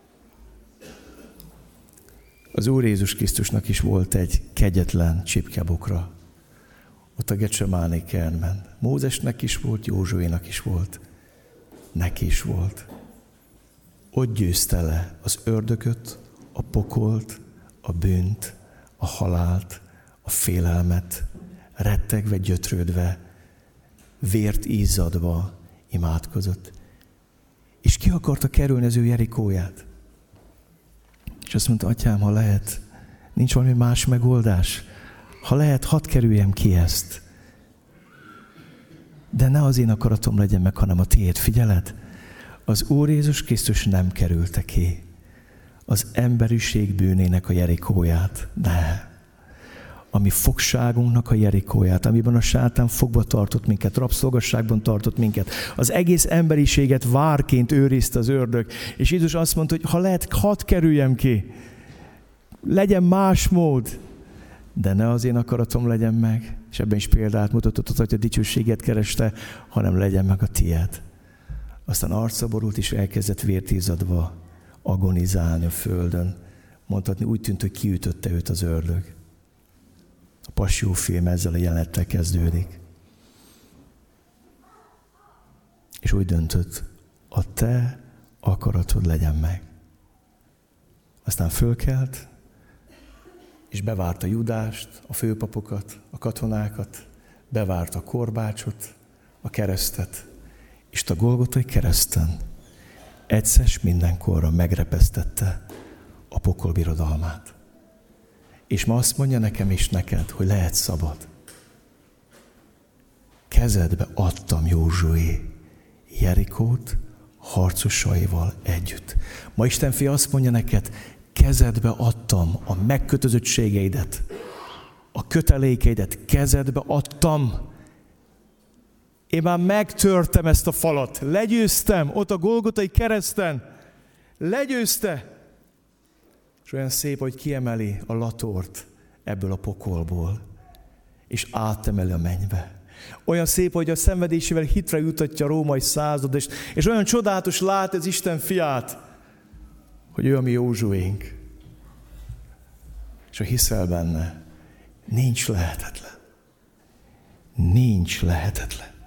Az Úr Jézus Krisztusnak is volt egy kegyetlen csipkebokra. Ott a Getsemáné kertben. Mózesnek is volt, Józsuénak is volt. Neki is volt. Ott győzte le az ördögöt, a pokolt, a bűnt, a halált, a félelmet, rettegve, gyötrődve, vért izzadva imádkozott. És ki akarta kerülni az ő Jerikóját? És azt mondta, atyám, ha lehet, nincs valami más megoldás. Ha lehet, hadd kerüljem ki ezt. De ne az én akaratom legyen meg, hanem a tiéd. Figyeled? Az Úr Jézus Krisztus nem kerülte ki az emberiség bűnének a Jerikóját. De a mi fogságunknak a Jerikóját, amiben a sátán fogva tartott minket, rabszolgasságban tartott minket. Az egész emberiséget várként őrizte az ördög. És Jézus azt mondta, hogy ha lehet, hadd kerüljem ki. Legyen más mód. De ne az én akaratom legyen meg, és ebben is példát mutatott, hogy a dicsőséget kereste, hanem legyen meg a tiéd. Aztán arcra borult, és elkezdett vért izzadva agonizálni a földön. Mondhatni, úgy tűnt, hogy kiütötte őt az ördög. A Passió film ezzel a jelenettel kezdődik. És úgy döntött, a te akaratod legyen meg. Aztán fölkelt, és bevárta Judást, a főpapokat, a katonákat, bevárta a korbácsot, a keresztet, és a Golgotai kereszten egyszer s mindenkorra megrepesztette a pokol birodalmát. És ma azt mondja nekem és neked, hogy lehet szabad. Kezedbe adtam Józsué Jerikót harcosaival együtt. Ma Isten fia azt mondja neked, kezedbe adtam a megkötözöttségeidet, a kötelékeidet, kezedbe adtam. Én már megtörtem ezt a falat, legyőztem ott a Golgotai kereszten, legyőzte. És olyan szép, hogy kiemeli a latort ebből a pokolból, és átemeli a mennybe. Olyan szép, hogy a szenvedésével hitre jutatja a római század, és olyan csodálatos lát az Isten fiát, hogy ő a mi Józsuénk. És ha hiszel benne, nincs lehetetlen. Nincs lehetetlen.